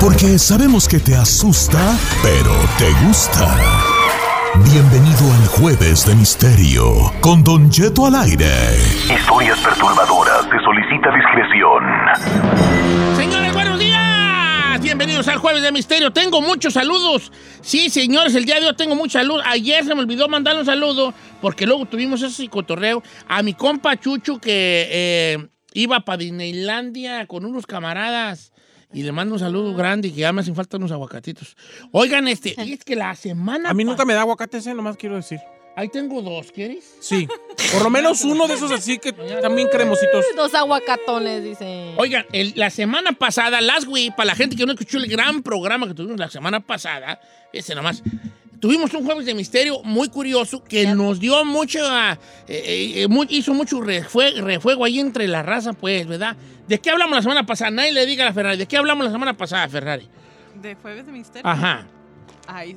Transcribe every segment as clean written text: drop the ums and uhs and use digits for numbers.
Porque sabemos que te asusta, pero te gusta. Bienvenido al Jueves de Misterio, con Don Cheto al aire. Historias perturbadoras, se solicita discreción. Señores, buenos días. Bienvenidos al Jueves de Misterio. Tengo muchos saludos. Sí, señores, el día de hoy tengo muchos saludos. Ayer se me olvidó mandarle un saludo, porque luego tuvimos ese cotorreo, a mi compa Chucho, que iba para Disneylandia con unos camaradas. Y le mando un saludo grande y que ya me hacen falta unos aguacatitos. Oigan, y es que la semana... A mí nunca me da aguacates, nomás quiero decir. Ahí tengo dos, ¿quieres? Sí, por lo menos uno de esos así que también cremositos. Dos aguacatones, dice. Oigan, la semana pasada, last week, para la gente que no escuchó el gran programa que tuvimos la semana pasada, ese nomás, tuvimos un Jueves de Misterio muy curioso que nos dio hizo mucho refuego ahí entre la raza, pues, ¿verdad? ¿De qué hablamos la semana pasada? Nadie le diga a Ferrari. ¿De qué hablamos la semana pasada, Ferrari? ¿De Jueves de Misterio? Ajá. Ay,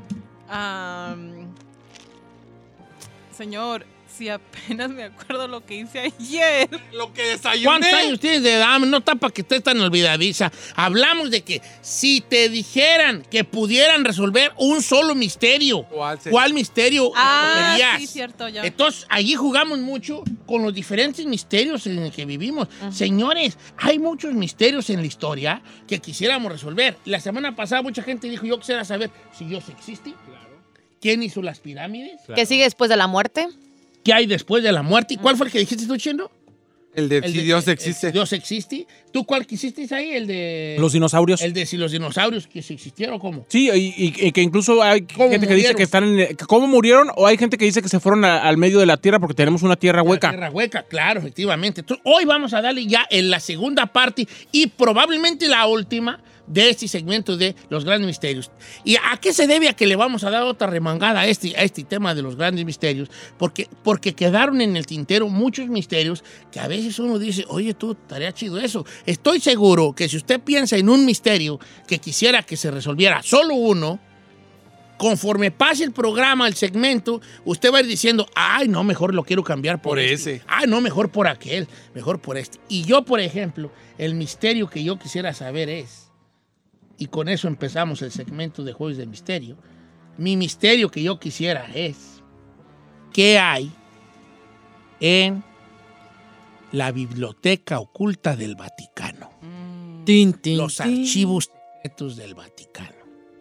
señor, si apenas me acuerdo lo que hice ayer. Lo que desayuné. ¿Cuántos años tienes de edad? No está para que estés tan olvidadiza. Hablamos de que si te dijeran que pudieran resolver un solo misterio, ¿cuál misterio escogerías? Sí, cierto, ya. Entonces, allí jugamos mucho con los diferentes misterios en los que vivimos. Señores, hay muchos misterios en la historia que quisiéramos resolver. La semana pasada mucha gente dijo, yo quisiera saber si Dios existe. Claro. ¿Quién hizo las pirámides? Claro. ¿Qué sigue después de la muerte? ¿Qué hay después de la muerte? ¿Y cuál fue el que dijiste tú, Chino? El de si Dios existe. Dios existe. ¿Tú cuál quisiste ahí? El de... Los dinosaurios. El de si los dinosaurios que si existieron, ¿cómo? Sí, y que incluso hay gente que dice que están ¿cómo murieron? O hay gente que dice que se fueron al medio de la tierra porque tenemos una tierra hueca. Tierra hueca, claro, efectivamente. Entonces, hoy vamos a darle ya en la segunda parte y probablemente la última de este segmento de los grandes misterios. ¿Y a qué se debe a que le vamos a dar otra remangada a este tema de los grandes misterios? Porque quedaron en el tintero muchos misterios que a veces uno dice, oye, tú, estaría chido eso. Estoy seguro que si usted piensa en un misterio que quisiera que se resolviera solo uno, conforme pase el programa, el segmento, usted va a ir diciendo, ay, no, mejor lo quiero cambiar por ese. Ay, no, mejor por aquel, mejor por este. Y yo, por ejemplo, el misterio que yo quisiera saber es, y con eso empezamos el segmento de Jueves de Misterio, mi misterio que yo quisiera es, ¿qué hay en la biblioteca oculta del Vaticano? Los archivos secretos del Vaticano.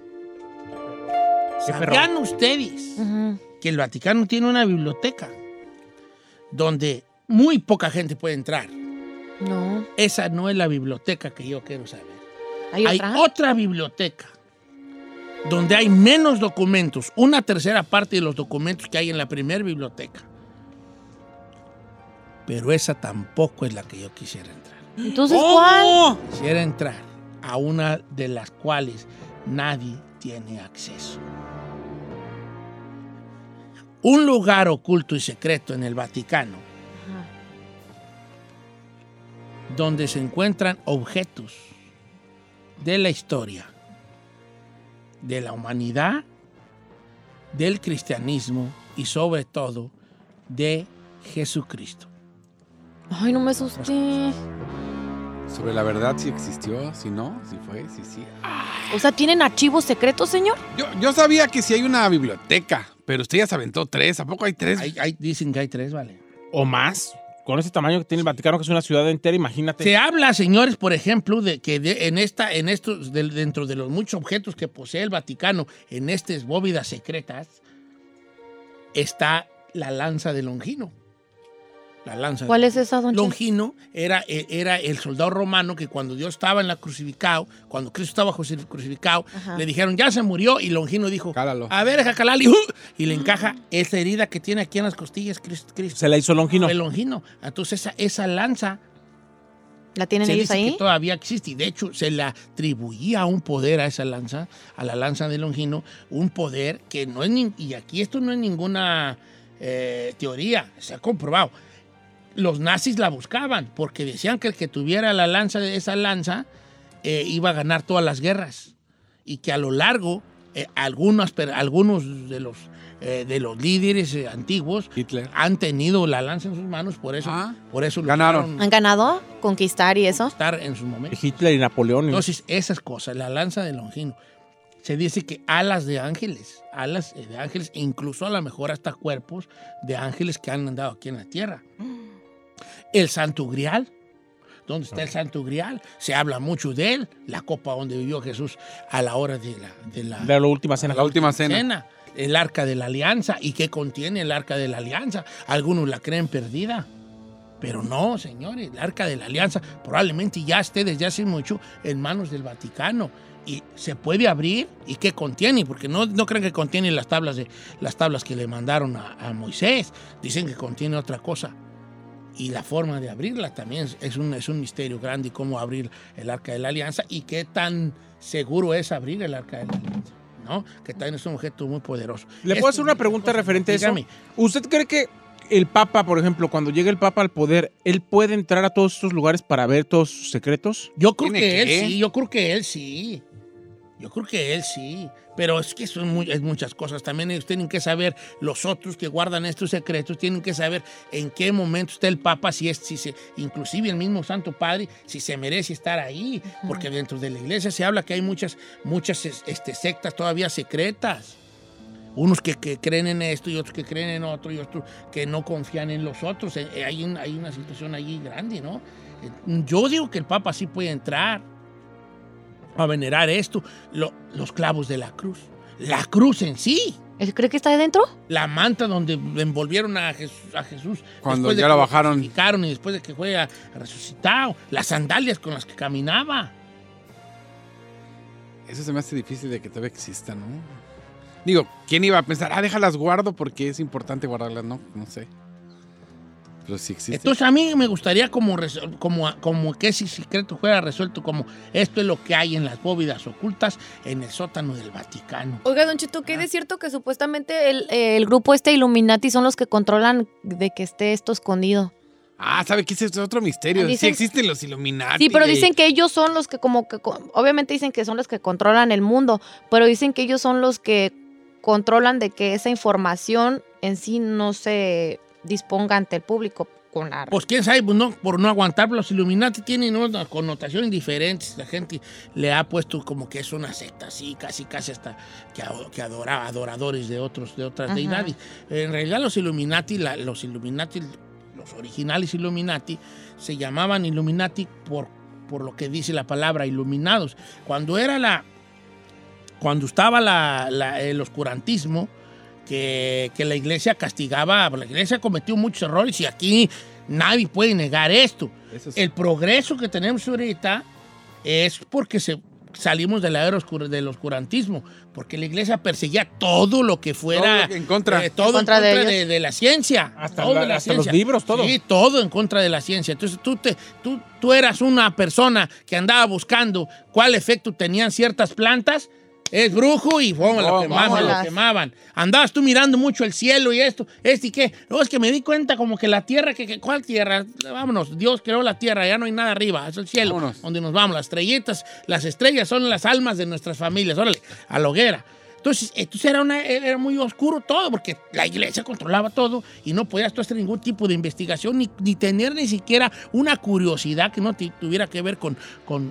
¿Sabían ustedes que el Vaticano tiene una biblioteca donde muy poca gente puede entrar? No. Esa no es la biblioteca que yo quiero saber. ¿Hay otra biblioteca donde hay menos documentos, una tercera parte de los documentos que hay en la primera biblioteca. Pero esa tampoco es la que yo quisiera entrar. Entonces, ¿cuál? Quisiera entrar a una de las cuales nadie tiene acceso. Un lugar oculto y secreto en el Vaticano, donde se encuentran objetos de la historia, de la humanidad, del cristianismo y sobre todo de Jesucristo. Ay, no me asusté. Sobre la verdad, si existió, si no, si fue, si sí. O sea, ¿tienen archivos secretos, señor? Yo sabía que sí hay una biblioteca, pero usted ya se aventó 3. ¿A poco hay 3? Dicen que hay 3, vale. O más. Con ese tamaño que tiene el Vaticano, que es una ciudad entera, imagínate. Se habla, señores, por ejemplo, de que dentro de los muchos objetos que posee el Vaticano, en estas bóvedas secretas, está la lanza de Longino. ¿Cuál es esa, don Longino era el soldado romano que cuando Dios estaba en la crucificado, cuando Cristo estaba crucificado, le dijeron, ya se murió, y Longino dijo, cálalo. A ver, jacalali, y le encaja esa herida que tiene aquí en las costillas, Cristo. Se la hizo Longino. Fue Longino. Entonces esa lanza ¿la tienen se ellos dice ahí? que todavía existe, y de hecho se le atribuía un poder a esa lanza, a la lanza de Longino, un poder que no es, y aquí esto no es ninguna teoría, se ha comprobado. Los nazis la buscaban porque decían que el que tuviera la lanza de esa lanza iba a ganar todas las guerras y que a lo largo algunos de los líderes antiguos Hitler. han tenido la lanza en sus manos, por eso Ganaron. ¿Han ganado? ¿Conquistar y eso? estar en su momento. Hitler y Napoleón. Entonces, esas cosas, la lanza de Longino, se dice que alas de ángeles, incluso a lo mejor hasta cuerpos de ángeles que han andado aquí en la tierra. El Santo Grial. ¿Dónde está el Santo Grial? Se habla mucho de él. La copa donde vivió Jesús a la hora de la última cena. La última cena. El Arca de la Alianza. ¿Y qué contiene el Arca de la Alianza? Algunos la creen perdida. Pero no, señores. El Arca de la Alianza probablemente ya esté desde hace mucho en manos del Vaticano. Y se puede abrir. ¿Y qué contiene? Porque no creen que contiene las tablas que le mandaron a Moisés. Dicen que contiene otra cosa. Y la forma de abrirla también es un misterio grande, cómo abrir el Arca de la Alianza y qué tan seguro es abrir el Arca de la Alianza, ¿no? Que también es un objeto muy poderoso. ¿Le puedo hacer una pregunta referente a eso? Dígame. ¿Usted cree que el Papa, por ejemplo, cuando llegue el Papa al poder, él puede entrar a todos estos lugares para ver todos sus secretos? Yo creo que él sí. Pero es que es muchas cosas. También ellos tienen que saber, los otros que guardan estos secretos, tienen que saber en qué momento está el Papa, inclusive el mismo Santo Padre, si se merece estar ahí. Porque dentro de la iglesia se habla que hay muchas sectas todavía secretas. Unos que creen en esto y otros que creen en otro y otros que no confían en los otros. Hay una situación allí grande, ¿no? Yo digo que el Papa sí puede entrar a venerar esto, los clavos de la cruz. La cruz en sí. ¿Él cree que está ahí dentro? La manta donde envolvieron a Jesús. Cuando ya la bajaron. Y después de que fue resucitado. Las sandalias con las que caminaba. Eso se me hace difícil de que todavía exista, ¿no? Digo, ¿quién iba a pensar? Déjalas guardo porque es importante guardarlas, ¿no? No sé. Pero sí existe. Entonces a mí me gustaría como que ese secreto fuera resuelto como esto es lo que hay en las bóvedas ocultas en el sótano del Vaticano. Oiga, Don Cheto, ¿qué es cierto que supuestamente el grupo Illuminati son los que controlan de que esté esto escondido? ¿Sabe qué es otro misterio? Sí existen los Illuminati. Sí, pero dicen que ellos son los que obviamente dicen que son los que controlan el mundo, pero dicen que ellos son los que controlan de que esa información en sí no se disponga ante el público con la... Pues quién sabe, pues por no aguantar, los Illuminati tienen unas connotaciones diferentes. La gente le ha puesto como que es una secta, así, casi hasta que adoradores de otras deidades. En realidad los Illuminati, los originales Illuminati, se llamaban Illuminati por lo que dice la palabra iluminados. Cuando estaba el oscurantismo, que la iglesia castigaba, la iglesia cometió muchos errores y aquí nadie puede negar esto. El progreso que tenemos ahorita es porque salimos de la era del oscurantismo, porque la iglesia perseguía todo lo que fuera en contra de la ciencia. Hasta los libros, todo. Sí, todo en contra de la ciencia. Entonces tú eras una persona que andaba buscando cuál efecto tenían ciertas plantas. Es brujo y lo quemaban. Andabas tú mirando mucho el cielo y esto y qué. Luego es que me di cuenta como que la tierra, ¿cuál tierra? Vámonos, Dios creó la tierra, ya no hay nada arriba, es el cielo. Vámonos. Donde nos vamos. Las estrellas son las almas de nuestras familias. Órale, a la hoguera. Entonces era muy oscuro todo, porque la iglesia controlaba todo y no podías tú hacer ningún tipo de investigación ni tener ni siquiera una curiosidad que no tuviera que ver con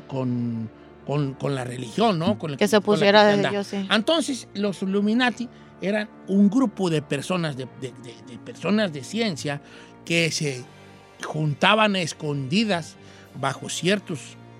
la religión, ¿no? Que se opusiera de ellos, sí. Entonces, los Illuminati eran un grupo de personas, de personas de ciencia que se juntaban escondidas bajo ciertos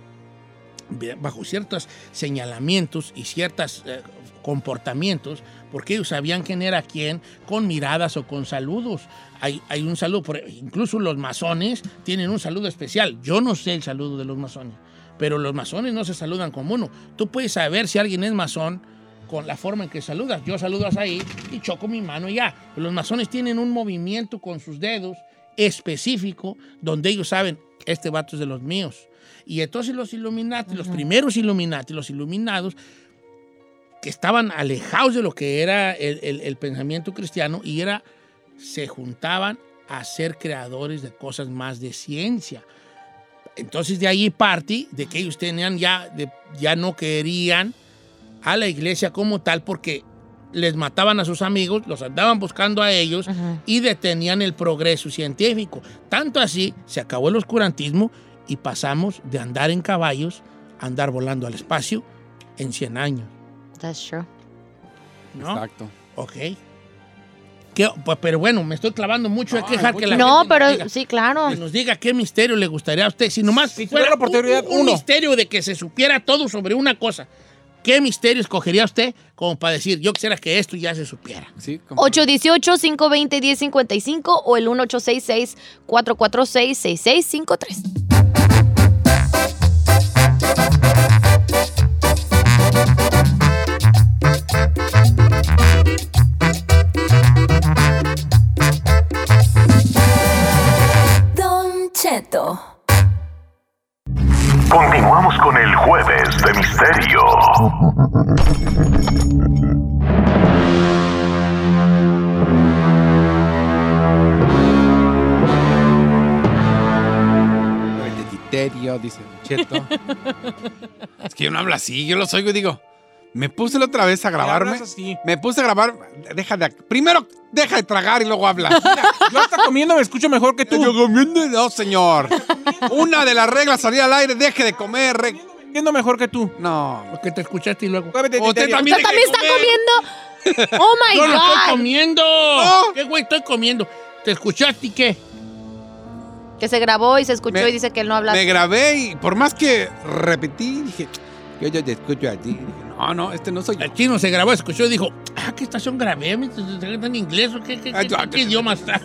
señalamientos y ciertos comportamientos, porque ellos sabían quién era quién con miradas o con saludos. Hay un saludo, incluso los masones tienen un saludo especial. Yo no sé el saludo de los masones, pero los masones no se saludan como uno. Tú puedes saber si alguien es masón con la forma en que saludas. Yo saludo ahí y choco mi mano y ya. Pero los masones tienen un movimiento con sus dedos específico donde ellos saben, este vato es de los míos. Y entonces los Illuminati, los primeros Illuminati, los iluminados, que estaban alejados de lo que era el pensamiento cristiano se juntaban a ser creadores de cosas más de ciencia. Entonces de ahí parte de que ellos tenían ya no querían a la iglesia como tal porque les mataban a sus amigos, los andaban buscando a ellos y detenían el progreso científico. Tanto así, se acabó el oscurantismo y pasamos de andar en caballos a andar volando al espacio en 100 años. That's true. ¿No? Exacto. Ok. Pues, pero bueno, me estoy clavando mucho. Hay que dejar que la No, gente pero nos diga, sí, claro. que nos diga qué misterio le gustaría a usted. Si nomás fuera la oportunidad, un uno. misterio de que se supiera todo sobre una cosa, ¿qué misterio escogería usted como para decir, yo quisiera que esto ya se supiera? Sí, como- 818-520-1055 o el 1866-446-6653. Don Cheto. Continuamos con el Jueves de Misterio. de criterio, dice Don Cheto. Es que yo no hablo así, yo los oigo y digo, me puse la otra vez a grabarme. hablas así. Me puse a grabar, primero deja de tragar y luego habla. Yo hasta comiendo me escucho mejor que tú. Yo comiendo, no, señor. Una de las reglas salir al aire, deje de comer. Entiendo mejor que tú. No. Porque te escuchaste y luego... Usted también ¿Usted también está comiendo? ¡Oh, my ¡Yo no estoy God! comiendo! No. ¿Qué güey estoy comiendo? ¿Te escuchaste y qué? Que se grabó y se escuchó y dice que él no habla. Me grabé y por más que repetí, dije, yo te escucho a ti. Dije, no, este no soy yo. El chino se grabó, escuchó y dijo, ¿qué estación grabé? ¿En inglés o qué idioma está?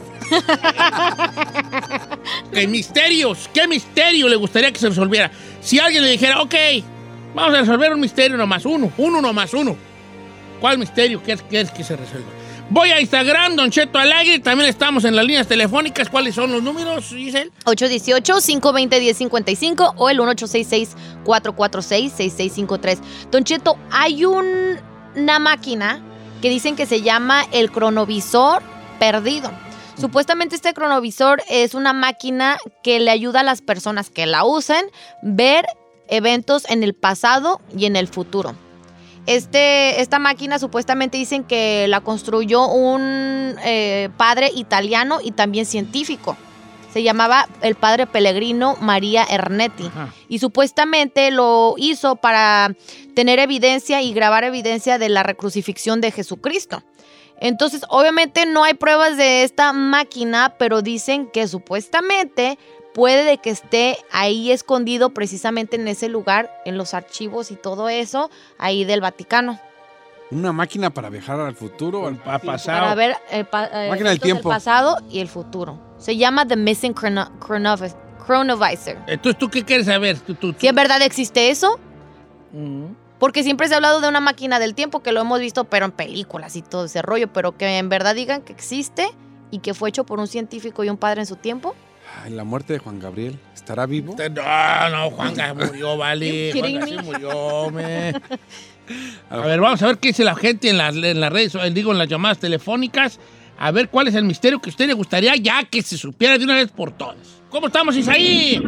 ¿Qué misterio le gustaría que se resolviera? Si alguien le dijera, ok, vamos a resolver un misterio nomás uno nomás uno. ¿Cuál misterio quieres que se resuelva? Voy a Instagram, Don Cheto al aire. También estamos en las líneas telefónicas. ¿Cuáles son los números, Giselle? 818-520-1055 o el 1866-446-6653. Don Cheto, hay una máquina que dicen que se llama el cronovisor perdido. Supuestamente este cronovisor es una máquina que le ayuda a las personas que la usen ver eventos en el pasado y en el futuro. Esta máquina supuestamente dicen que la construyó un padre italiano y también científico. Se llamaba el padre Pellegrino María Ernetti. Ajá. Y supuestamente lo hizo para tener evidencia y grabar evidencia de la recrucifixión de Jesucristo. Entonces, obviamente no hay pruebas de esta máquina, pero dicen que supuestamente puede de que esté ahí escondido precisamente en ese lugar, en los archivos y todo eso, ahí del Vaticano. Una máquina para viajar al futuro. Ha pasado. Para ver Máquina del tiempo. el pasado y el futuro. Se llama The Missing Chronovisor. Entonces, ¿tú qué quieres saber? ¿Si en verdad existe eso? Mm. Porque siempre se ha hablado de una máquina del tiempo, que lo hemos visto, pero en películas y todo ese rollo, pero que en verdad digan que existe y que fue hecho por un científico y un padre en su tiempo. Ay, la muerte de Juan Gabriel. ¿Estará vivo? No, Juanga murió, vale. You kidding Juanga me? sí murió, me. A ver, vamos a ver qué dice la gente en las redes, en las llamadas telefónicas. A ver cuál es el misterio que a usted le gustaría ya que se supiera de una vez por todas. ¿Cómo estamos, Isaí?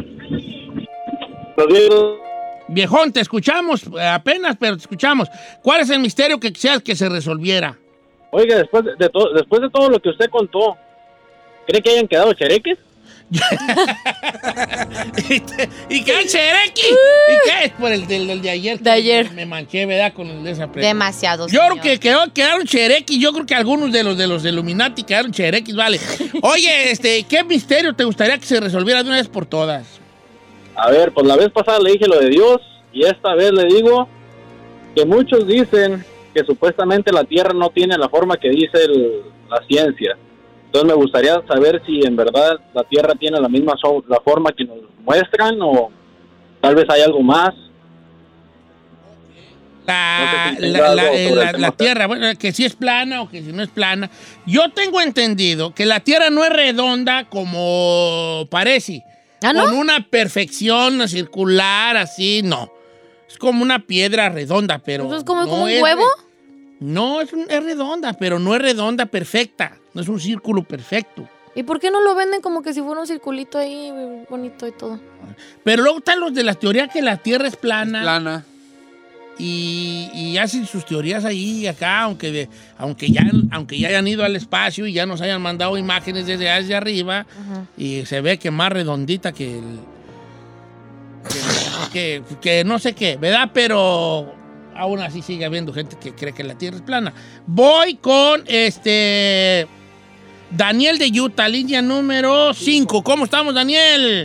Viejón, te escuchamos apenas, pero te escuchamos. ¿Cuál es el misterio que quisieras que se resolviera? Oiga, después de todo lo que usted contó, ¿cree que hayan quedado chereques? ¿Y qué es Cherequi? ¿Y qué es por el de ayer? De ayer. Me manché, ¿verdad? Con el de esa pregunta. Demasiado. Yo creo que quedaron cherequis. Yo creo que algunos de los Illuminati quedaron cherequis, vale. Oye, ¿qué misterio te gustaría que se resolviera de una vez por todas? A ver, pues la vez pasada le dije lo de Dios y esta vez le digo que muchos dicen que supuestamente la Tierra no tiene la forma que dice la ciencia. Entonces me gustaría saber si en verdad la Tierra tiene la misma la forma que nos muestran o tal vez hay algo más. La Tierra, bueno, que si es plana o que si no es plana. Yo tengo entendido que la Tierra no es redonda como parece. ¿Ah, no? Con una perfección circular así, no. Es como una piedra redonda, pero... ¿Entonces como no un es huevo? No, es redonda, pero no es redonda perfecta. No es un círculo perfecto. ¿Y por qué no lo venden como que si fuera un circulito ahí bonito y todo? Pero luego están los de la teoría que la Tierra es plana. Plana. y hacen sus teorías ahí y acá, aunque ya hayan ido al espacio y ya nos hayan mandado imágenes desde arriba, y se ve que más redondita que que no sé qué, ¿verdad? Pero aún así sigue habiendo gente que cree que la Tierra es plana. Voy con Daniel de Utah, línea número 5. ¿Cómo estamos, Daniel?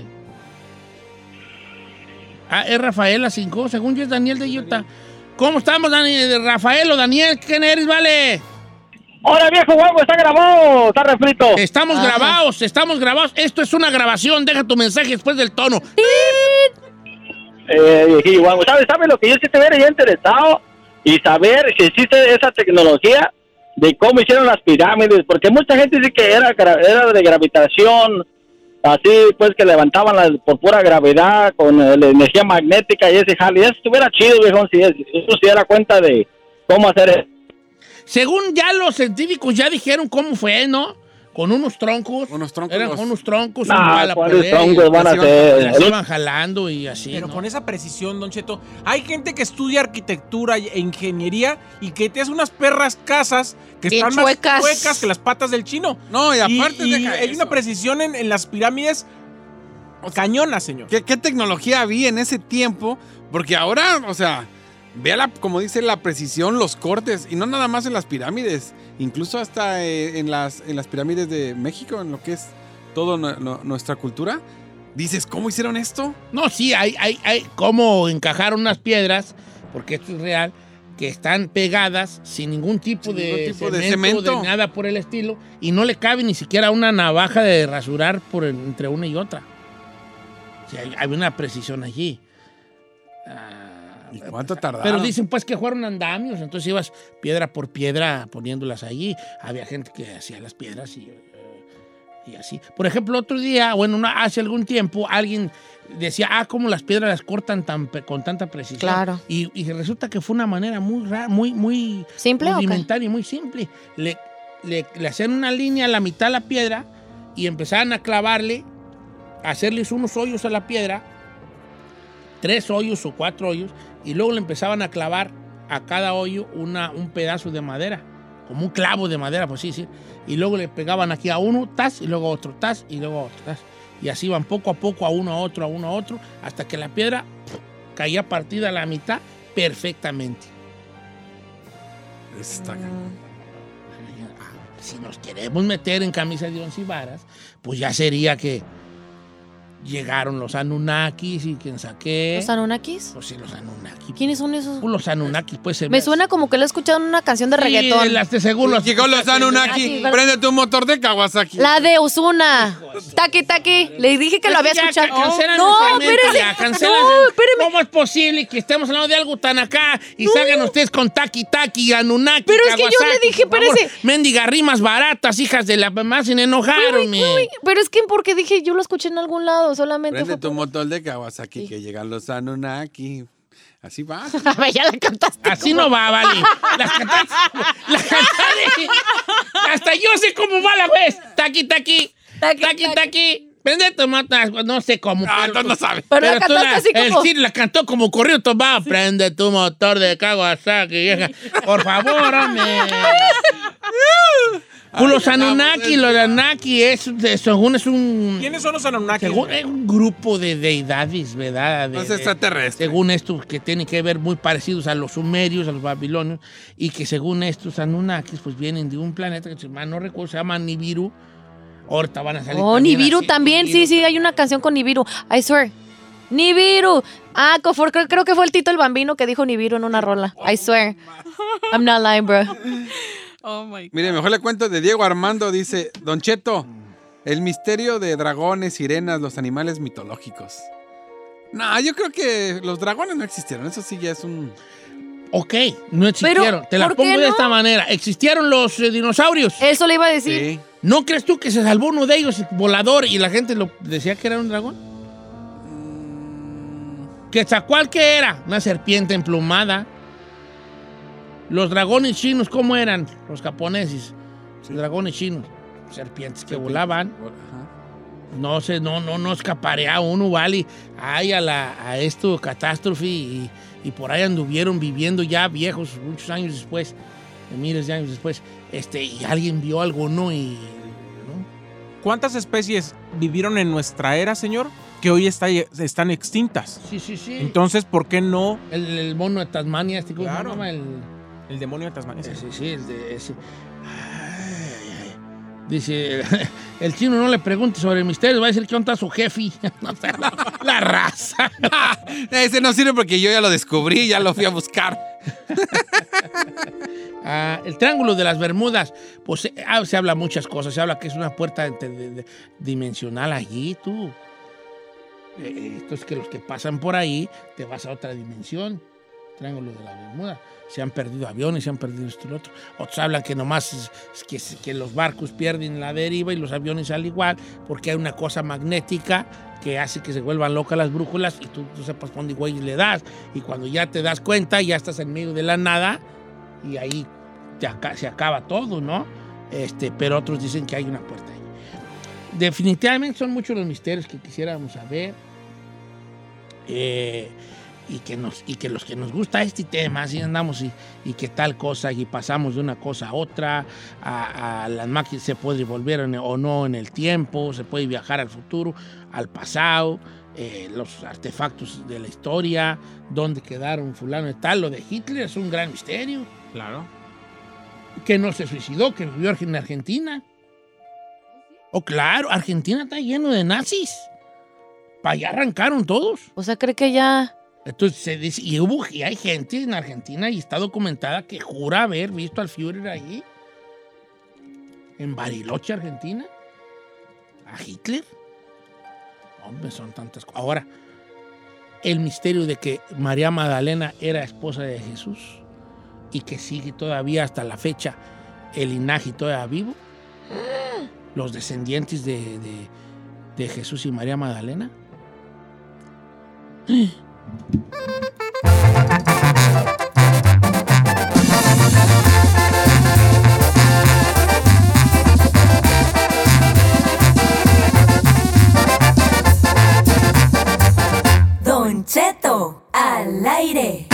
Es Rafaela 5, según yo es Daniel de Utah. ¿Cómo estamos, Daniel? Rafael o Daniel? ¿Quién eres, vale? Hola, viejo guapo, está grabado, está refrito. Estamos grabados. Esto es una grabación, deja tu mensaje después del tono. Viejillo guapo, ¿sabes lo que yo sí te hubiera ya interesado? Y saber si existe esa tecnología de cómo hicieron las pirámides, porque mucha gente dice que era de gravitación, así pues que levantaban por pura gravedad, con la energía magnética y ese jale. Eso estuviera chido, viejo, si eso se diera cuenta de cómo hacer eso. Según ya los científicos ya dijeron cómo fue, ¿no? Con unos troncos. Eran con unos troncos. ¿Cuáles troncos van a ser? Se iban jalando y así, Pero ¿no? con esa precisión, Don Cheto, hay gente que estudia arquitectura e ingeniería y que te hace unas perras casas que bien están chuecas. más chuecas que las patas del chino. No, y aparte hay una precisión en las pirámides cañona, señor. ¿Qué tecnología había en ese tiempo? Porque ahora, o sea, vea como dice la precisión, los cortes, y no nada más en las pirámides, incluso hasta en las pirámides de México, en lo que es toda nuestra cultura. Dices, ¿cómo hicieron esto? No, sí, hay cómo encajar unas piedras, porque esto es real, que están pegadas sin ningún tipo de cemento, de nada por el estilo, y no le cabe ni siquiera una navaja de rasurar entre una y otra. O sea, hay una precisión allí. ¿Y cuánto tardaron? Pero dicen pues que fueron andamios, entonces ibas piedra por piedra poniéndolas allí. Había gente que hacía las piedras y así. Por ejemplo, otro día, hace algún tiempo, alguien decía, cómo las piedras las cortan con tanta precisión. Claro. Y resulta que fue una manera muy rara, muy ¿simple rudimentaria y muy simple. Le hacían una línea a la mitad de la piedra y empezaban a clavarle, a hacerles unos hoyos a la piedra, 3 hoyos o 4 hoyos, y luego le empezaban a clavar a cada hoyo un pedazo de madera, como un clavo de madera, pues sí. Y luego le pegaban aquí a uno, tas, y luego a otro, tas, y luego a otro, tas. Y así iban poco a poco, a uno, a otro, hasta que la piedra caía partida a la mitad perfectamente. Si nos queremos meter en camisa de once varas, pues ya sería que llegaron los Anunnakis y quién saqué. ¿Los Anunnakis? Pues sí, los Anunnakis. ¿Quiénes son esos? Los Anunnakis, pues Me suena como que lo he escuchado en una canción de reggaetón. Seguro. Llegó los Anunnaki. Prende tu motor de Kawasaki. La de Ozuna. Taki, taki. Le dije que lo había escuchado. No, espérese. No, espéreme. ¿Cómo es posible que estemos hablando de algo tan acá y salgan ustedes con taki, taki, Anunnaki, pero es que Kawasaki, yo le dije, espérese. Mendiga rimas baratas, hijas de la mamá, sin enojarme. Pero es que porque dije, yo lo escuché en algún lado, solamente Prende fue tu motor de Kawasaki, que llegan los Anunnaki. Así va. A ver, ya la cantaste. Así no va, vale. La cantaste. Hasta yo sé cómo va la vez. Taki, taki. Taki, taki. Prende tu motor. No sé cómo. Tú no sabes. Pero la cantaste así como... Sí, la cantó como corrido tomado. Sí. Prende tu motor de Kawasaki, vieja. Por favor, hombre. Los Anunnaki, según es un... ¿Quiénes son los Anunnaki? Según es un grupo de deidades, ¿verdad? Los extraterrestres. Según esto, que tienen que ver muy parecidos a los sumerios, a los babilonios, y que según estos Anunnakis, pues vienen de un planeta que no recuerdo, se llama Nibiru. Ahorita van a salir. Nibiru así, también, Nibiru. Sí, hay una canción con Nibiru. I swear. Nibiru. Creo que fue el Tito el Bambino que dijo Nibiru en una rola. I swear. I'm not lying, bro. Oh my God. Mire, mejor le cuento de Diego Armando, dice, Don Cheto, el misterio de dragones, sirenas, los animales mitológicos. No, yo creo que los dragones no existieron, eso sí ya es un... Ok, no existieron. Te la pongo de esta manera. ¿Existieron los dinosaurios? Eso le iba a decir. Sí. ¿No crees tú que se salvó uno de ellos, volador, y la gente lo decía que era un dragón? ¿Quetzalcóatl qué era? Una serpiente emplumada. Los dragones chinos, ¿cómo eran? Los japoneses. Sí. Los dragones chinos. Serpientes que volaban. Ajá. No escaparía uno, vale. Ay, a esto, catástrofe y y por ahí anduvieron viviendo ya viejos muchos años después, miles de años después, y alguien vio algo, ¿no? ¿Cuántas especies vivieron en nuestra era, señor, que hoy están extintas? Sí. Entonces, ¿por qué no? El mono de Tasmania, ¿cómo Claro. se llama? El demonio de Tasmania. Sí, ese. Ay. Dice, el chino no le pregunte sobre el misterio, va a decir que onda su jefe. La raza. Ese no sirve porque yo ya lo descubrí, ya lo fui a buscar. El Triángulo de las Bermudas, pues se habla muchas cosas. Se habla que es una puerta dimensional allí, tú. Esto es que los que pasan por ahí te vas a otra dimensión. Triángulo de las Bermudas. Se han perdido aviones, se han perdido esto y lo otro. Otros hablan que nomás que los barcos pierden la deriva y los aviones al igual, porque hay una cosa magnética que hace que se vuelvan locas las brújulas y tú sepas dónde güey le das. Y cuando ya te das cuenta, ya estás en medio de la nada y ahí se acaba todo, ¿no? Pero otros dicen que hay una puerta ahí. Definitivamente son muchos los misterios que quisiéramos saber. Y que los que nos gusta este tema, así andamos y que tal cosa, y pasamos de una cosa a otra, a las máquinas se puede volver o no en el tiempo, se puede viajar al futuro, al pasado, los artefactos de la historia, dónde quedaron fulano y tal. Lo de Hitler es un gran misterio. Claro. Que no se suicidó, que vivió en Argentina. Oh, claro, Argentina está lleno de nazis. Para allá arrancaron todos. O sea, ¿cree que ya...? Entonces se dice, y hay gente en Argentina y está documentada que jura haber visto al Führer allí, en Bariloche, Argentina, a Hitler. Hombre, son tantas cosas. Ahora, el misterio de que María Magdalena era esposa de Jesús y que sigue todavía hasta la fecha el linaje todavía vivo, los descendientes de Jesús y María Magdalena. Don Cheto al aire.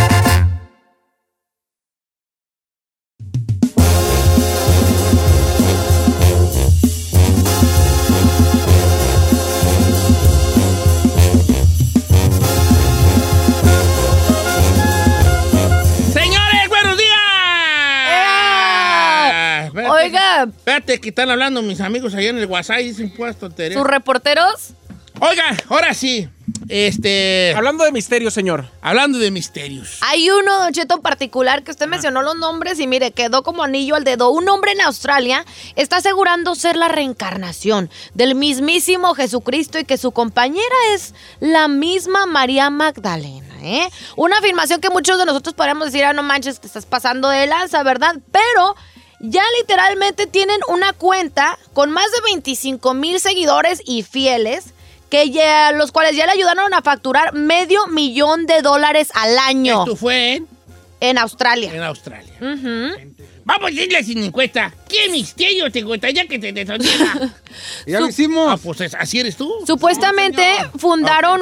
Oiga. Espérate, que están hablando mis amigos allá en el WhatsApp y dicen puesto interés. ¿Sus reporteros? Oiga, ahora sí. Hablando de misterios, señor. Hablando de misterios. Hay uno, Don Cheto, en particular que usted mencionó los nombres y mire, quedó como anillo al dedo. Un hombre en Australia está asegurando ser la reencarnación del mismísimo Jesucristo y que su compañera es la misma María Magdalena, ¿eh? Una afirmación que muchos de nosotros podríamos decir, no manches, te estás pasando de lanza, ¿verdad? Pero ya literalmente tienen una cuenta con más de 25,000 seguidores y fieles, los cuales ya le ayudaron a facturar $500,000 al año. ¿Esto fue en Australia? En Australia. Uh-huh. Vamos a irle sin encuesta. ¿Qué misterio te gustaría que te desondiera? Ya lo hicimos. Pues así eres tú. Supuestamente fundaron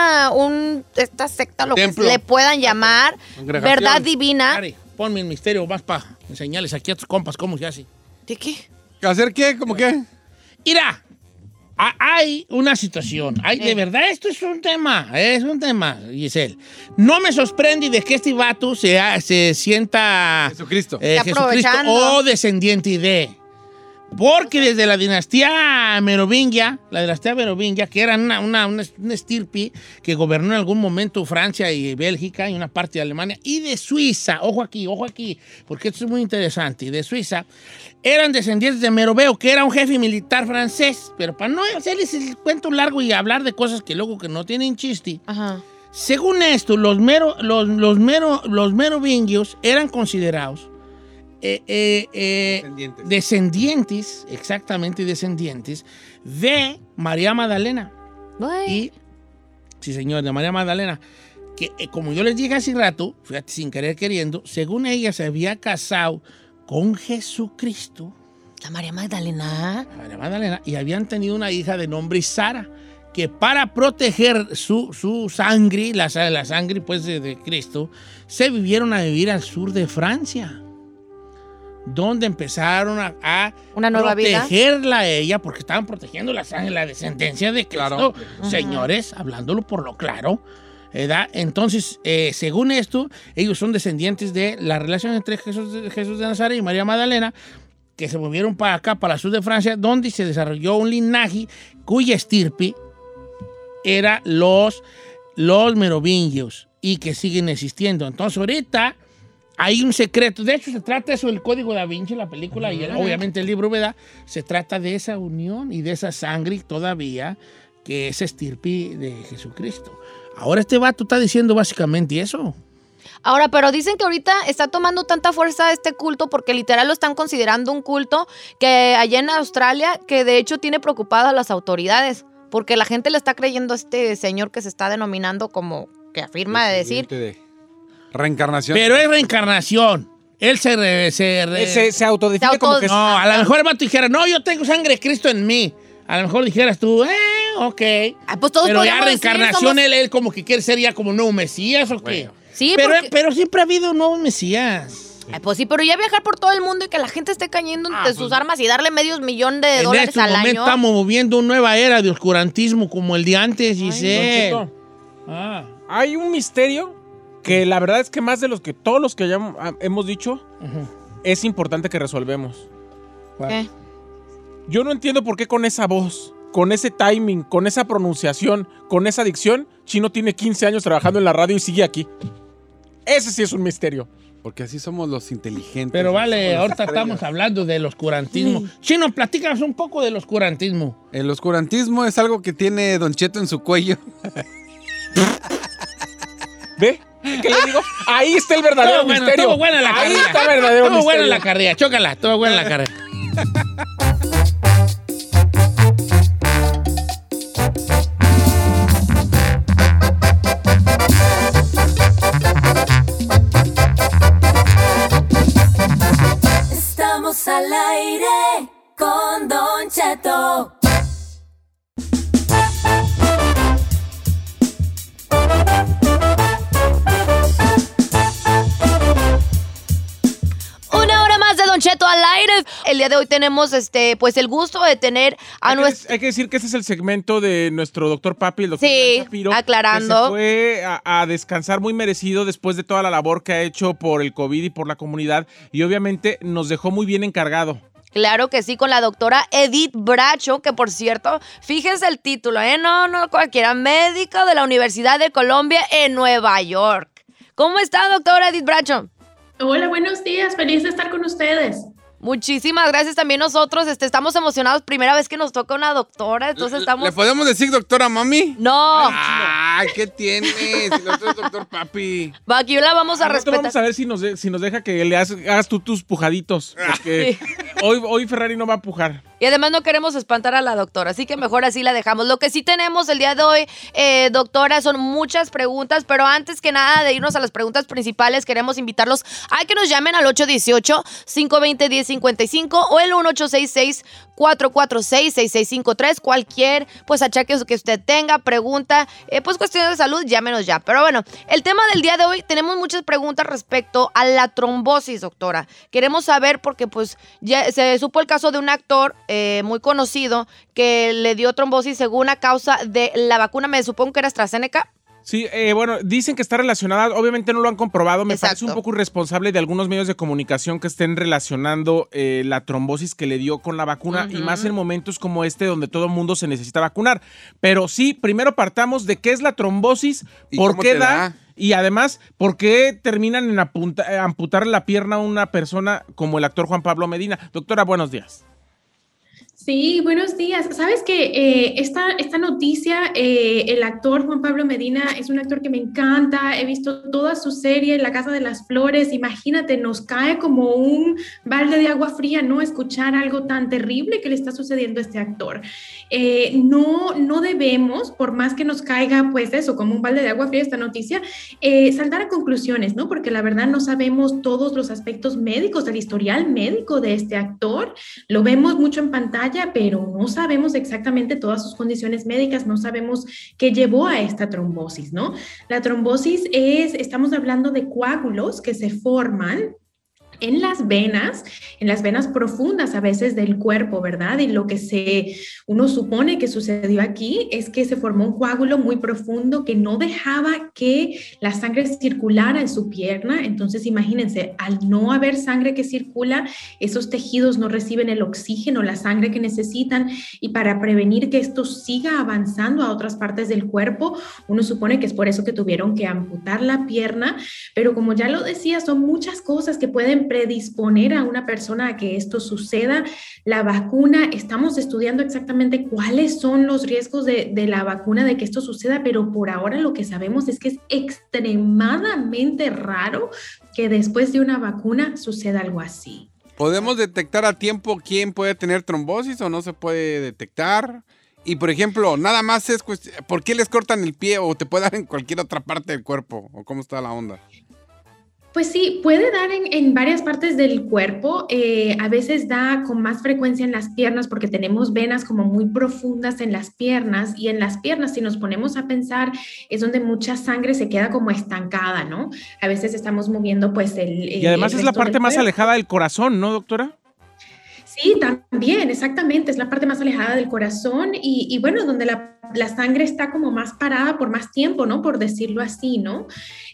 esta secta, lo templo, que le puedan llamar, Verdad Divina. Mari, ponme el misterio más para enseñarles aquí a tus compas cómo se hace. ¿De qué? ¿Hacer qué? ¿Cómo qué? Mira, hay una situación. De verdad, esto es un tema, Giselle. No me sorprende de que este vato se sienta Jesucristo. Jesucristo o descendiente de. Porque desde la dinastía merovingia, que era una estirpe que gobernó en algún momento Francia y Bélgica y una parte de Alemania, y de Suiza, ojo aquí, porque esto es muy interesante, y de Suiza, eran descendientes de Meroveo, que era un jefe militar francés, pero para no hacerles el cuento largo y hablar de cosas que luego que no tienen chiste, ajá, según esto, los merovingios eran considerados descendientes de María Magdalena. Y, sí, señor, de María Magdalena. Que, como yo les dije hace rato, fíjate, sin querer queriendo, según ella se había casado con Jesucristo. La María Magdalena. Y habían tenido una hija de nombre Sara, que para proteger su sangre, la sangre pues de Cristo, se vivieron a vivir al sur de Francia, donde empezaron a una nueva protegerla a ella, porque estaban protegiendo la sangre, la descendencia de Cristo, claro. Señores, hablándolo por lo claro, ¿verdad? Entonces, según esto, ellos son descendientes de la relación entre Jesús de Nazaret y María Magdalena, que se movieron para acá, para el sur de Francia, donde se desarrolló un linaje cuya estirpe era los merovingios y que siguen existiendo. Entonces, ahorita hay un secreto. De hecho, se trata eso del Código Da Vinci, la película, y obviamente el libro, ¿verdad? Se trata de esa unión y de esa sangre todavía que es estirpe de Jesucristo. Ahora este vato está diciendo básicamente eso. Ahora, pero dicen que ahorita está tomando tanta fuerza este culto porque literal lo están considerando un culto que allá en Australia, que de hecho tiene preocupadas a las autoridades, porque la gente le está creyendo a este señor que se está denominando como que afirma de decir... Reencarnación. Pero es reencarnación. Él se autodefine como que... No, a lo mejor el vato dijera, no, yo tengo sangre de Cristo en mí. A lo mejor dijeras tú, ok. Pues todos pero ya reencarnación, decir, él como que quiere ser ya como nuevo Mesías, ¿o qué? Bueno. Sí, pero siempre ha habido nuevos Mesías. Pues sí, pero ya viajar por todo el mundo y que la gente esté cayendo entre sus armas y darle $500,000 al año. En este momento estamos moviendo una nueva era de oscurantismo como el de antes, Giselle. Hay un misterio que la verdad es que más de los que todos los que ya hemos dicho, es importante que resolvemos. ¿Qué? Yo no entiendo por qué con esa voz, con ese timing, con esa pronunciación, con esa dicción, Chino tiene 15 años trabajando en la radio y sigue aquí. Ese sí es un misterio. Porque así somos los inteligentes. Pero vale, ahorita estamos hablando del oscurantismo. Chino, platícanos un poco del oscurantismo. El oscurantismo es algo que tiene Don Cheto en su cuello. ¿Ve? ¿Qué le digo? Ahí está el verdadero misterio. Estuvo buena la carrera. Ahí está el verdadero misterio. Estuvo buena la carrera, chócala, estuvo buena la carrera. Estamos al aire con Don Cheto. Una hora más de Don Cheto al aire. El día de hoy tenemos pues el gusto de tener a nuestro... Hay que decir que este es el segmento de nuestro doctor Papi, el doctor Shapiro, aclarando. Que se fue a descansar muy merecido después de toda la labor que ha hecho por el COVID y por la comunidad, y obviamente nos dejó muy bien encargado. Claro que sí, con la doctora Edith Bracho, que por cierto, fíjense el título, no cualquiera, médico de la Universidad de Colombia en Nueva York. ¿Cómo está, doctora Edith Bracho? Hola, buenos días, feliz de estar con ustedes. Muchísimas gracias también nosotros, estamos emocionados, primera vez que nos toca una doctora, entonces estamos... ¿Le podemos decir doctora mami? No. Ay, ¿qué tienes? Si no eres doctor Papi. Va, aquí la vamos a respetar. Vamos a ver si nos deja que le hagas tú tus pujaditos, porque hoy Ferrari no va a pujar. Y además no queremos espantar a la doctora, así que mejor así la dejamos. Lo que sí tenemos el día de hoy, doctora, son muchas preguntas, pero antes que nada de irnos a las preguntas principales, queremos invitarlos a que nos llamen al 818-520-1055 o el 1866-446-6653. Cualquier, pues, achaque que usted tenga, pregunta, pues, cuestiones de salud, llámenos ya. Pero bueno, el tema del día de hoy, tenemos muchas preguntas respecto a la trombosis, doctora. Queremos saber porque, pues, ya se supo el caso de un actor muy conocido que le dio trombosis según a causa de la vacuna, me supongo que era AstraZeneca. Sí, bueno, dicen que está relacionada, obviamente no lo han comprobado, me parece un poco irresponsable de algunos medios de comunicación que estén relacionando la trombosis que le dio con la vacuna, y más en momentos como este donde todo el mundo se necesita vacunar. Pero sí, primero partamos de qué es la trombosis, por qué da, y además, por qué terminan en amputar la pierna a una persona como el actor Juan Pablo Medina. Doctora, buenos días. Sí, buenos días. Sabes que esta noticia, el actor Juan Pablo Medina es un actor que me encanta. He visto toda su serie, La Casa de las Flores. Imagínate, nos cae como un balde de agua fría, ¿no? Escuchar algo tan terrible que le está sucediendo a este actor. No debemos, por más que nos caiga, pues eso, como un balde de agua fría esta noticia, saltar a conclusiones, ¿no? Porque la verdad no sabemos todos los aspectos médicos del historial médico de este actor. Lo vemos mucho en pantalla, falla, pero no sabemos exactamente todas sus condiciones médicas, no sabemos qué llevó a esta trombosis, ¿no? La trombosis estamos hablando de coágulos que se forman en las venas profundas a veces del cuerpo, ¿verdad? Y lo que uno supone que sucedió aquí es que se formó un coágulo muy profundo que no dejaba que la sangre circulara en su pierna. Entonces, imagínense, al no haber sangre que circula, esos tejidos no reciben el oxígeno, la sangre que necesitan, y para prevenir que esto siga avanzando a otras partes del cuerpo, uno supone que es por eso que tuvieron que amputar la pierna, pero como ya lo decía, son muchas cosas que pueden predisponer a una persona a que esto suceda. La vacuna, estamos estudiando exactamente cuáles son los riesgos de la vacuna de que esto suceda, pero por ahora lo que sabemos es que es extremadamente raro que después de una vacuna suceda algo así. ¿Podemos detectar a tiempo quién puede tener trombosis o no se puede detectar? Y, por ejemplo, nada más es ¿por qué les cortan el pie o te puede dar en cualquier otra parte del cuerpo? ¿O cómo está la onda? Pues sí, puede dar en varias partes del cuerpo, a veces da con más frecuencia en las piernas porque tenemos venas como muy profundas en las piernas, y en las piernas, si nos ponemos a pensar, es donde mucha sangre se queda como estancada, ¿no? A veces estamos moviendo pues y además es la parte más alejada del corazón, ¿no, doctora? Sí, también, exactamente, es la parte más alejada del corazón y bueno, donde la sangre está como más parada por más tiempo, ¿no? Por decirlo así, ¿no?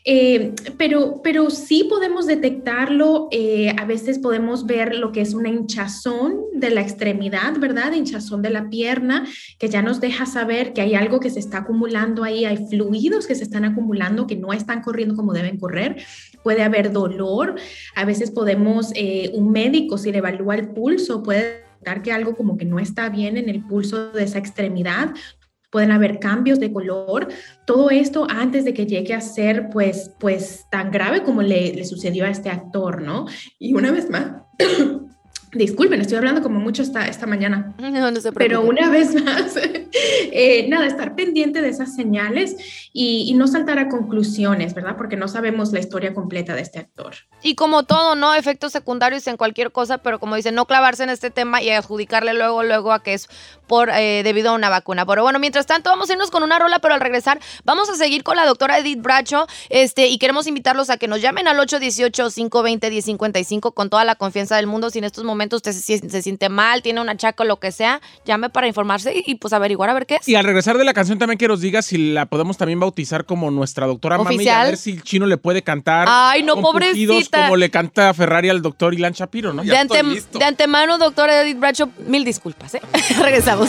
Pero sí podemos detectarlo, a veces podemos ver lo que es una hinchazón de la extremidad, ¿verdad? Hinchazón de la pierna, que ya nos deja saber que hay algo que se está acumulando ahí, hay fluidos que se están acumulando, que no están corriendo como deben correr. Puede haber dolor, a veces podemos, un médico si le evalúa el pulso puede notar que algo como que no está bien en el pulso de esa extremidad. Pueden haber cambios de color, todo esto antes de que llegue a ser pues tan grave como le sucedió a este actor, ¿no? Y una vez más, disculpen, estoy hablando como mucho esta mañana. No se preocupe. Pero una vez más, nada, estar pendiente de esas señales y no saltar a conclusiones, ¿verdad? Porque no sabemos la historia completa de este actor. Y como todo, ¿no? Efectos secundarios en cualquier cosa, pero como dicen, no clavarse en este tema y adjudicarle luego a que es debido a una vacuna. Pero bueno, mientras tanto, vamos a irnos con una rola, pero al regresar vamos a seguir con la doctora Edith Bradshaw, y queremos invitarlos a que nos llamen al 818-520-1055 con toda la confianza del mundo. Si en estos momentos usted se siente mal, tiene un achaco, lo que sea, llame para informarse y pues averiguar a ver qué es. Y al regresar de la canción también que nos diga si la podemos también bautizar como nuestra doctora ¿oficial? Mami, a ver si el chino le puede cantar. Ay, no, pobrecita. Como le canta a Ferrari al doctor Ilan Shapiro, ¿no? De antemano, doctora Edith Bradshaw, mil disculpas, ¿eh? Regresamos.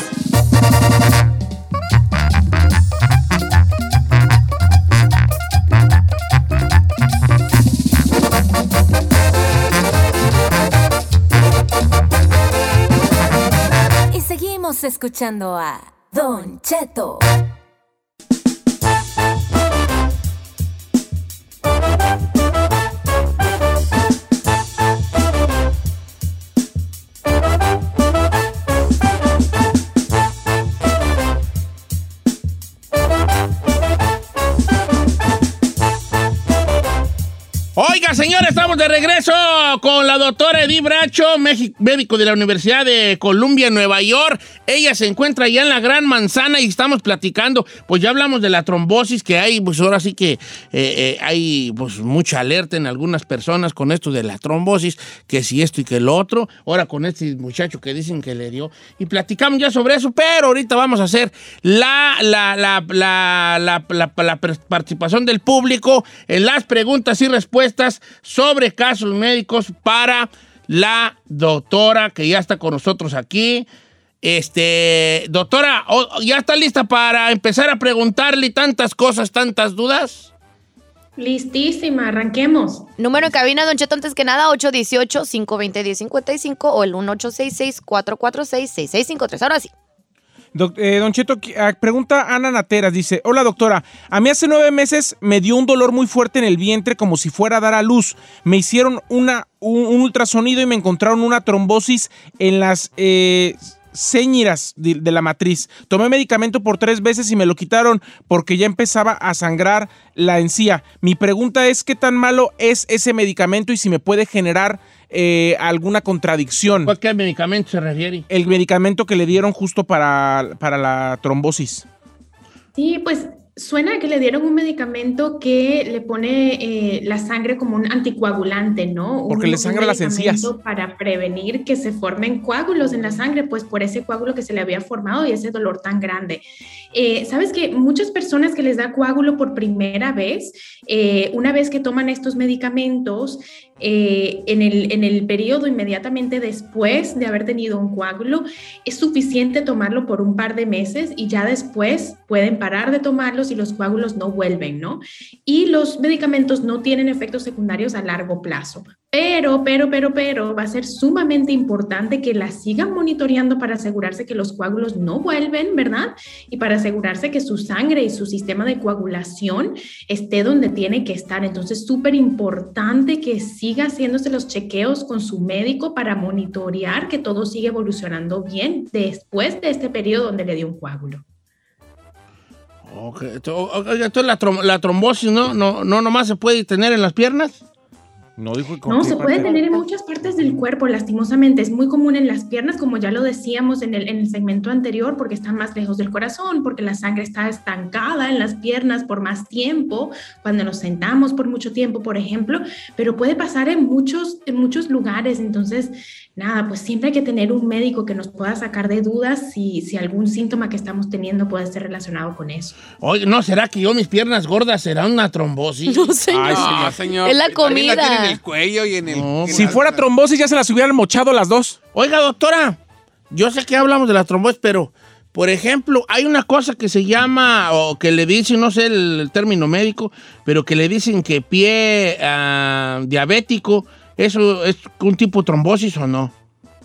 Y seguimos escuchando a Don Cheto. Oiga, señores, estamos de regreso con la doctora Edith Bradshaw, médico de la Universidad de Columbia, Nueva York. Ella se encuentra allá en la Gran Manzana y estamos platicando, pues ya hablamos de la trombosis, que hay, pues ahora sí que hay pues mucha alerta en algunas personas con esto de la trombosis, que si esto y que lo otro. Ahora con este muchacho que dicen que le dio. Y platicamos ya sobre eso, pero ahorita vamos a hacer la participación del público en las preguntas y respuestas sobre casos médicos para la doctora que ya está con nosotros aquí. Doctora, ¿ya está lista para empezar a preguntarle tantas cosas, tantas dudas? Listísima, arranquemos. Número en cabina, Don Cheto, antes que nada, 818-520-1055 o el 1866-446-6653. Ahora sí. Don Cheto, pregunta Ana Nateras, dice: hola doctora, a mí hace 9 meses me dio un dolor muy fuerte en el vientre como si fuera a dar a luz. Me hicieron un ultrasonido y me encontraron una trombosis en las séñiras de la matriz. Tomé medicamento por 3 veces y me lo quitaron porque ya empezaba a sangrar la encía. Mi pregunta es, ¿qué tan malo es ese medicamento y si me puede generar alguna contradicción? ¿A qué medicamento se refiere? El medicamento que le dieron justo para la trombosis. Sí, pues suena que le dieron un medicamento que le pone la sangre como un anticoagulante, ¿no? Porque le sangra las encías. Para prevenir que se formen coágulos en la sangre, pues por ese coágulo que se le había formado y ese dolor tan grande. ¿Sabes que muchas personas que les da coágulo por primera vez, una vez que toman estos medicamentos, en el periodo inmediatamente después de haber tenido un coágulo, es suficiente tomarlo por un par de meses y ya después pueden parar de tomarlos y los coágulos no vuelven, ¿no? Y los medicamentos no tienen efectos secundarios a largo plazo. Pero va a ser sumamente importante que la sigan monitoreando para asegurarse que los coágulos no vuelven, ¿verdad? Y para asegurarse que su sangre y su sistema de coagulación esté donde tiene que estar. Entonces, súper importante que siga haciéndose los chequeos con su médico para monitorear que todo sigue evolucionando bien después de este periodo donde le dio un coágulo. Okay. Entonces la trombosis no nomás se puede tener en las piernas. No, se puede tener en muchas partes del cuerpo, lastimosamente. Es muy común en las piernas, como ya lo decíamos en el segmento anterior, porque están más lejos del corazón, porque la sangre está estancada en las piernas por más tiempo, cuando nos sentamos por mucho tiempo, por ejemplo, pero puede pasar en muchos lugares. Entonces, nada, pues siempre hay que tener un médico que nos pueda sacar de dudas si algún síntoma que estamos teniendo puede ser relacionado con eso. Oye, ¿no será que mis piernas gordas serán una trombosis? No, señor. Ay, señor. Es la comida. En el cuello y en el... No, si fuera trombosis ya se las hubieran mochado las dos. Oiga, doctora, yo sé que hablamos de la trombosis, pero, por ejemplo, hay una cosa que se llama, o que le dicen, no sé el término médico, pero que le dicen que pie diabético, ¿eso es un tipo de trombosis o no?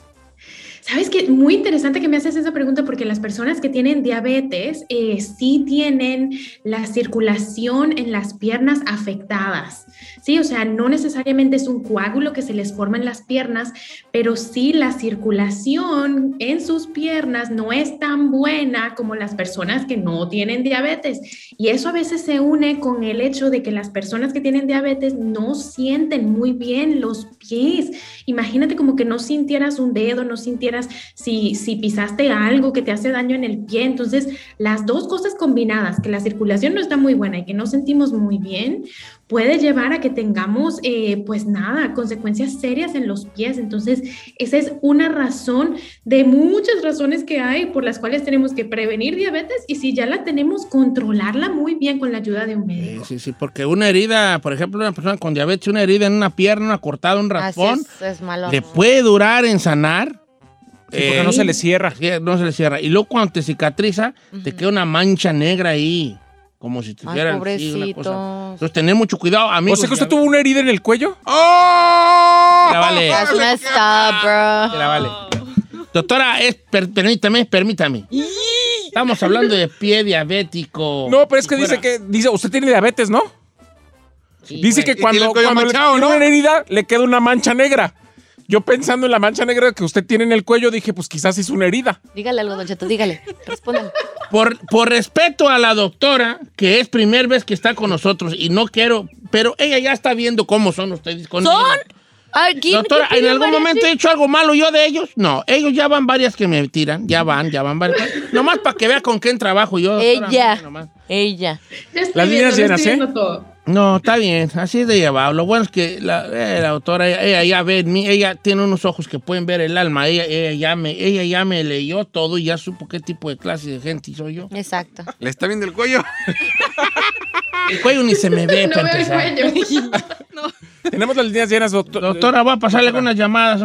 ¿Sabes qué? Muy interesante que me haces esa pregunta porque las personas que tienen diabetes sí tienen la circulación en las piernas afectadas. Sí, o sea, no necesariamente es un coágulo que se les forma en las piernas, pero sí la circulación en sus piernas no es tan buena como las personas que no tienen diabetes. Y eso a veces se une con el hecho de que las personas que tienen diabetes no sienten muy bien los pies. Imagínate como que no sintieras un dedo, no sintieras si pisaste algo que te hace daño en el pie. Entonces, las dos cosas combinadas, que la circulación no está muy buena y que no sentimos muy bien, puede llevar a que tengamos, pues nada, consecuencias serias en los pies. Entonces, esa es una razón de muchas razones que hay por las cuales tenemos que prevenir diabetes y si ya la tenemos, controlarla muy bien con la ayuda de un médico. Sí, porque una herida, por ejemplo, una persona con diabetes, una herida en una pierna, una cortada, un raspón, es malo, le puede durar en sanar. Sí, porque no se le cierra. No se le cierra. Y luego cuando te cicatriza, te queda una mancha negra ahí. Como si tuviera una cosa. Entonces, tener mucho cuidado, amigos. ¿O sea que usted tuvo una herida en el cuello? ¡Oh! Vale. That's messed up, bro. Vale. Doctora, permítame. Estamos hablando de pie diabético. No, pero es que dice, usted tiene diabetes, ¿no? Sí, dice que cuando manchado, tiene ¿no? una herida, le queda una mancha negra. Yo pensando en la mancha negra que usted tiene en el cuello, dije, pues quizás es una herida. Dígale algo, Don Cheto, dígale. Respondan. Por respeto a la doctora, que es primera vez que está con nosotros y no quiero, pero ella ya está viendo cómo son ustedes conmigo. Doctora, ¿en algún momento he hecho algo malo yo de ellos? No, ellos ya van varias que me tiran, ya van varias. Nomás para que vea con quién trabajo yo. Doctora, Ella. Las líneas llenas, ¿eh? No, está bien, así es de llevar. Lo bueno es que la autora, ella ya ve en mí, ella tiene unos ojos que pueden ver el alma. Ella ya me leyó todo y ya supo qué tipo de clase de gente soy yo. Exacto. ¿Le está viendo el cuello? El cuello ni se me ve, no veo el cuello. No. Tenemos las líneas llenas, Doctora, voy a pasarle algunas llamadas.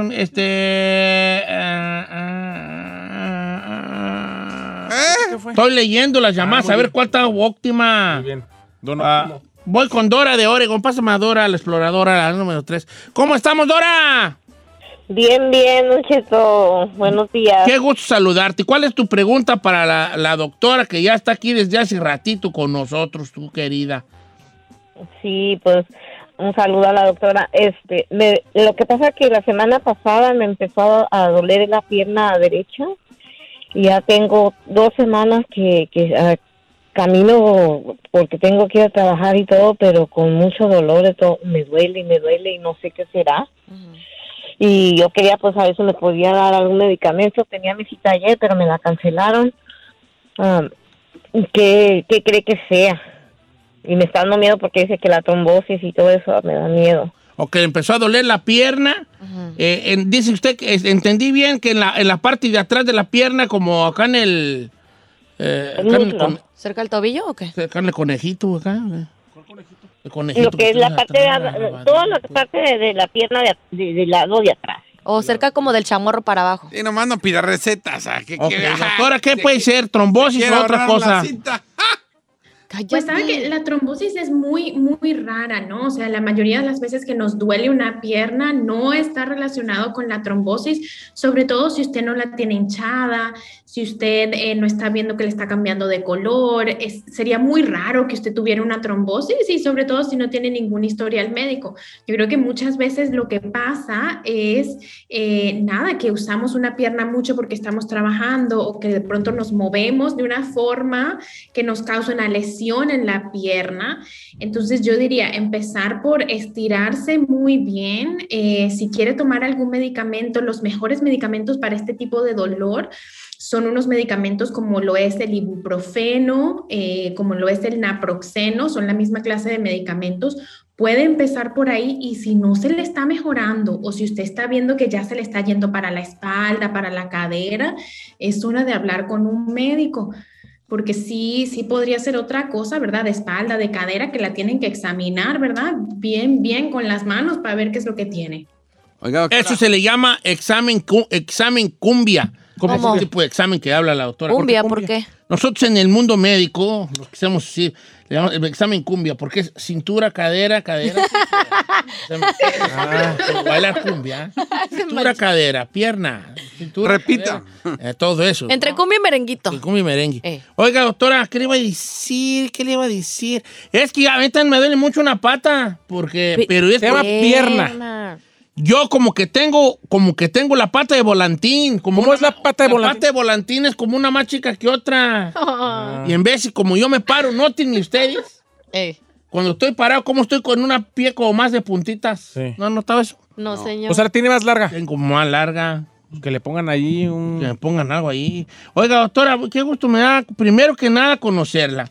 Estoy leyendo las llamadas, a ver cuál está óptima. Muy bien. Voy con Dora de Oregon. Pásame a Dora, la exploradora, la número 3. ¿Cómo estamos, Dora? Bien, Don Cheto. Buenos días. Qué gusto saludarte. ¿Cuál es tu pregunta para la doctora que ya está aquí desde hace ratito con nosotros, tu querida? Sí, pues un saludo a la doctora. Lo que pasa es que la semana pasada me empezó a doler la pierna derecha Ya tengo 2 semanas que camino porque tengo que ir a trabajar y todo, pero con mucho dolor, de todo, me duele y no sé qué será. Y yo quería pues a ver si me podía dar algún medicamento. Tenía mi cita ayer, pero me la cancelaron. ¿Qué cree que sea? Y me está dando miedo porque dice que la trombosis y todo eso me da miedo. O que le empezó a doler la pierna. Dice usted que entendí bien que en la parte de atrás de la pierna, como acá en el... ¿Cerca del tobillo o qué? Cerca del conejito, acá. ¿Cuál conejito? El conejito. Lo que es la parte toda la parte de la pierna del lado de atrás. O cerca como del chamorro para abajo. Y nomás no pida recetas. Doctora, ¿qué puede ser? ¿Trombosis o otra cosa? Pues sabe que la trombosis es muy, muy rara, ¿no? O sea, la mayoría de las veces que nos duele una pierna no está relacionado con la trombosis, sobre todo si usted no la tiene hinchada, si usted no está viendo que le está cambiando de color. Sería muy raro que usted tuviera una trombosis y sobre todo si no tiene ningún historial médico. Yo creo que muchas veces lo que pasa es, que usamos una pierna mucho porque estamos trabajando o que de pronto nos movemos de una forma que nos causa una lesión en la pierna. Entonces yo diría empezar por estirarse muy bien. Si quiere tomar algún medicamento, los mejores medicamentos para este tipo de dolor son unos medicamentos como lo es el ibuprofeno, como lo es el naproxeno, son la misma clase de medicamentos. Puede empezar por ahí y si no se le está mejorando o si usted está viendo que ya se le está yendo para la espalda, para la cadera, es hora de hablar con un médico. Porque sí podría ser otra cosa, ¿verdad? De espalda, de cadera, que la tienen que examinar, ¿verdad? Bien con las manos para ver qué es lo que tiene. Oiga, eso se le llama examen cumbia. ¿Cómo? Es el tipo de examen que habla la doctora. ¿Cumbia? ¿Por qué? Nosotros en el mundo médico, lo que hacemos decir, le llamamos el examen cumbia, porque es cintura, cadera. Bailar cumbia. Cintura, cadera, pierna. Cintura, repita. Cadera, todo eso. Entre cumbia y merenguito. Cumbia y merengue. Oiga, doctora, ¿qué le iba a decir? Es que a mí también me duele mucho una pata, pero es se llama pierna. Yo como que tengo la pata de volantín. ¿Cómo es la pata de volantín? La pata de volantín es como una más chica que otra. Y en vez, como yo me paro, noten ustedes. Cuando estoy parado, como estoy con una pie como más de puntitas. Sí. ¿No han notado eso? No, señor. O sea, ¿la tiene más larga? Tengo más larga. Que le pongan ahí Que me pongan algo ahí. Oiga, doctora, qué gusto me da, primero que nada, conocerla.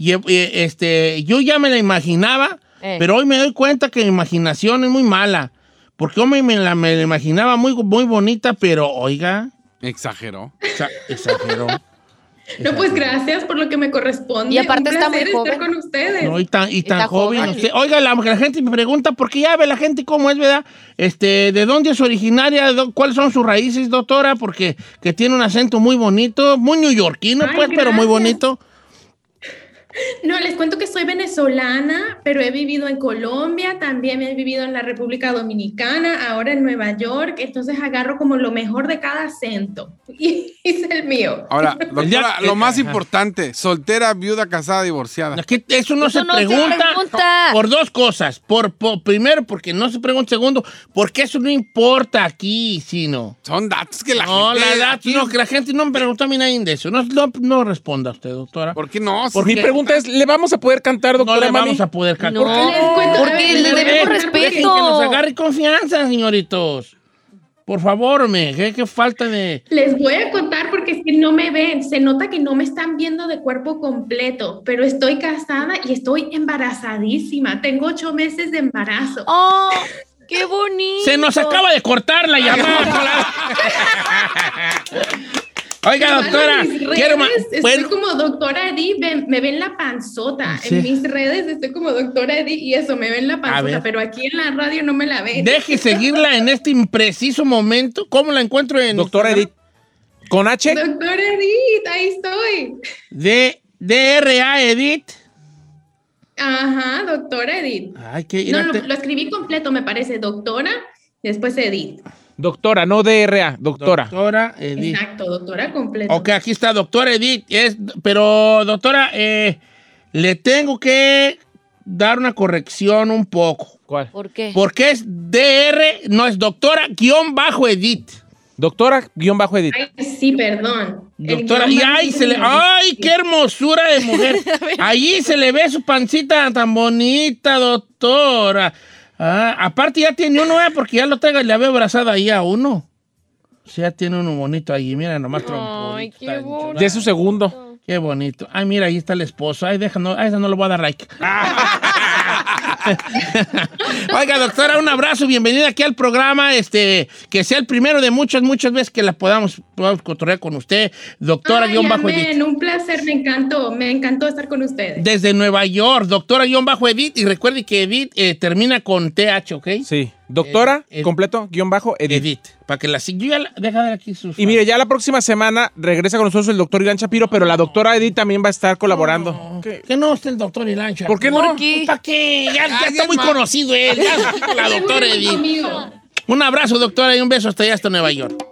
Yo ya me la imaginaba, pero hoy me doy cuenta que mi imaginación es muy mala. Porque yo me la imaginaba muy, muy bonita, pero, oiga... Exageró. Exageró. No, pues gracias por lo que me corresponde. Y aparte un está placer muy joven. estar con ustedes. No, y tan joven. joven. Oiga, la gente me pregunta, porque ya ve la gente cómo es, ¿verdad? ¿De dónde es originaria? ¿Cuáles son sus raíces, doctora? Porque que tiene un acento muy bonito, muy neoyorquino, pues, gracias. pero muy bonito. No, les cuento que soy venezolana, pero he vivido en Colombia, también he vivido en la República Dominicana, ahora en Nueva York, entonces agarro como lo mejor de cada acento y es el mío. Ahora, doctora, lo más importante, soltera, viuda, casada, divorciada. Eso no se pregunta por dos cosas. Primero, porque no se pregunta. Segundo, porque eso no importa aquí, sino... Son datos que la que la gente no me pregunta a mí nadie de eso. No responda usted, doctora. ¿Por qué no? Mi pregunta es, ¿le vamos a poder cantar, doctora? No le vamos a poder cantar. Porque le debemos respeto. Dejen que nos agarre confianza, señoritos. Por favor, qué falta de... Les voy a contar porque si no me ven, se nota que no me están viendo de cuerpo completo, pero estoy casada y estoy embarazadísima. Tengo 8 meses de embarazo. ¡Oh, qué bonito! Se nos acaba de cortar la llamada. Oiga, doctora, estoy como doctora Edith, me ven la panzota. Sí. En mis redes estoy como doctora Edith y eso, me ven la panzota, pero aquí en la radio no me la ven. Deje seguirla en este impreciso momento. ¿Cómo la encuentro en doctora Edith? ¿Con H? Doctora Edith, ahí estoy. D-R-A Edith. Ajá, doctora Edith. Ay, lo escribí completo, me parece, doctora, después Edith. Doctora, no DRA, doctora. Doctora Edith. Exacto, doctora completa. Ok, aquí está, doctora Edith. Pero, doctora, le tengo que dar una corrección un poco. ¿Cuál? ¿Por qué? Porque es DR, no es doctora _Edith. Doctora-Edith. Ay, sí, perdón. Doctora, y ¡ay, qué hermosura de mujer! Allí se le ve su pancita tan bonita, doctora. Aparte ya tiene uno, porque ya lo traigo, le había abrazado ahí a uno. O sea, tiene uno bonito ahí, mira, nomás trompo. Ay, qué bonito. Ya es su segundo. Qué bonito. Ay, mira, ahí está el esposo. Ay, déjalo, a esa no le voy a dar like. Oiga, doctora, un abrazo, bienvenida aquí al programa, que sea el primero de muchas veces que la podamos cotorrear con usted, doctora-Edith. Un placer, me encantó estar con ustedes. Desde Nueva York, doctora-Edith, y recuerde que Edith termina con TH, ¿ok? Sí, doctora, completo-Edith. Edith, para que la siga, deja de aquí sus... Y mire, ya la próxima semana regresa con nosotros el doctor Ilan Shapiro, pero la doctora Edith también va a estar colaborando. ¿Qué no está el doctor Ilan Shapiro? ¿Por qué no? ¿Para qué? Ya está muy conocido él, ya con la doctora Edith. Un abrazo, doctora, y un beso hasta allá, hasta Nueva York.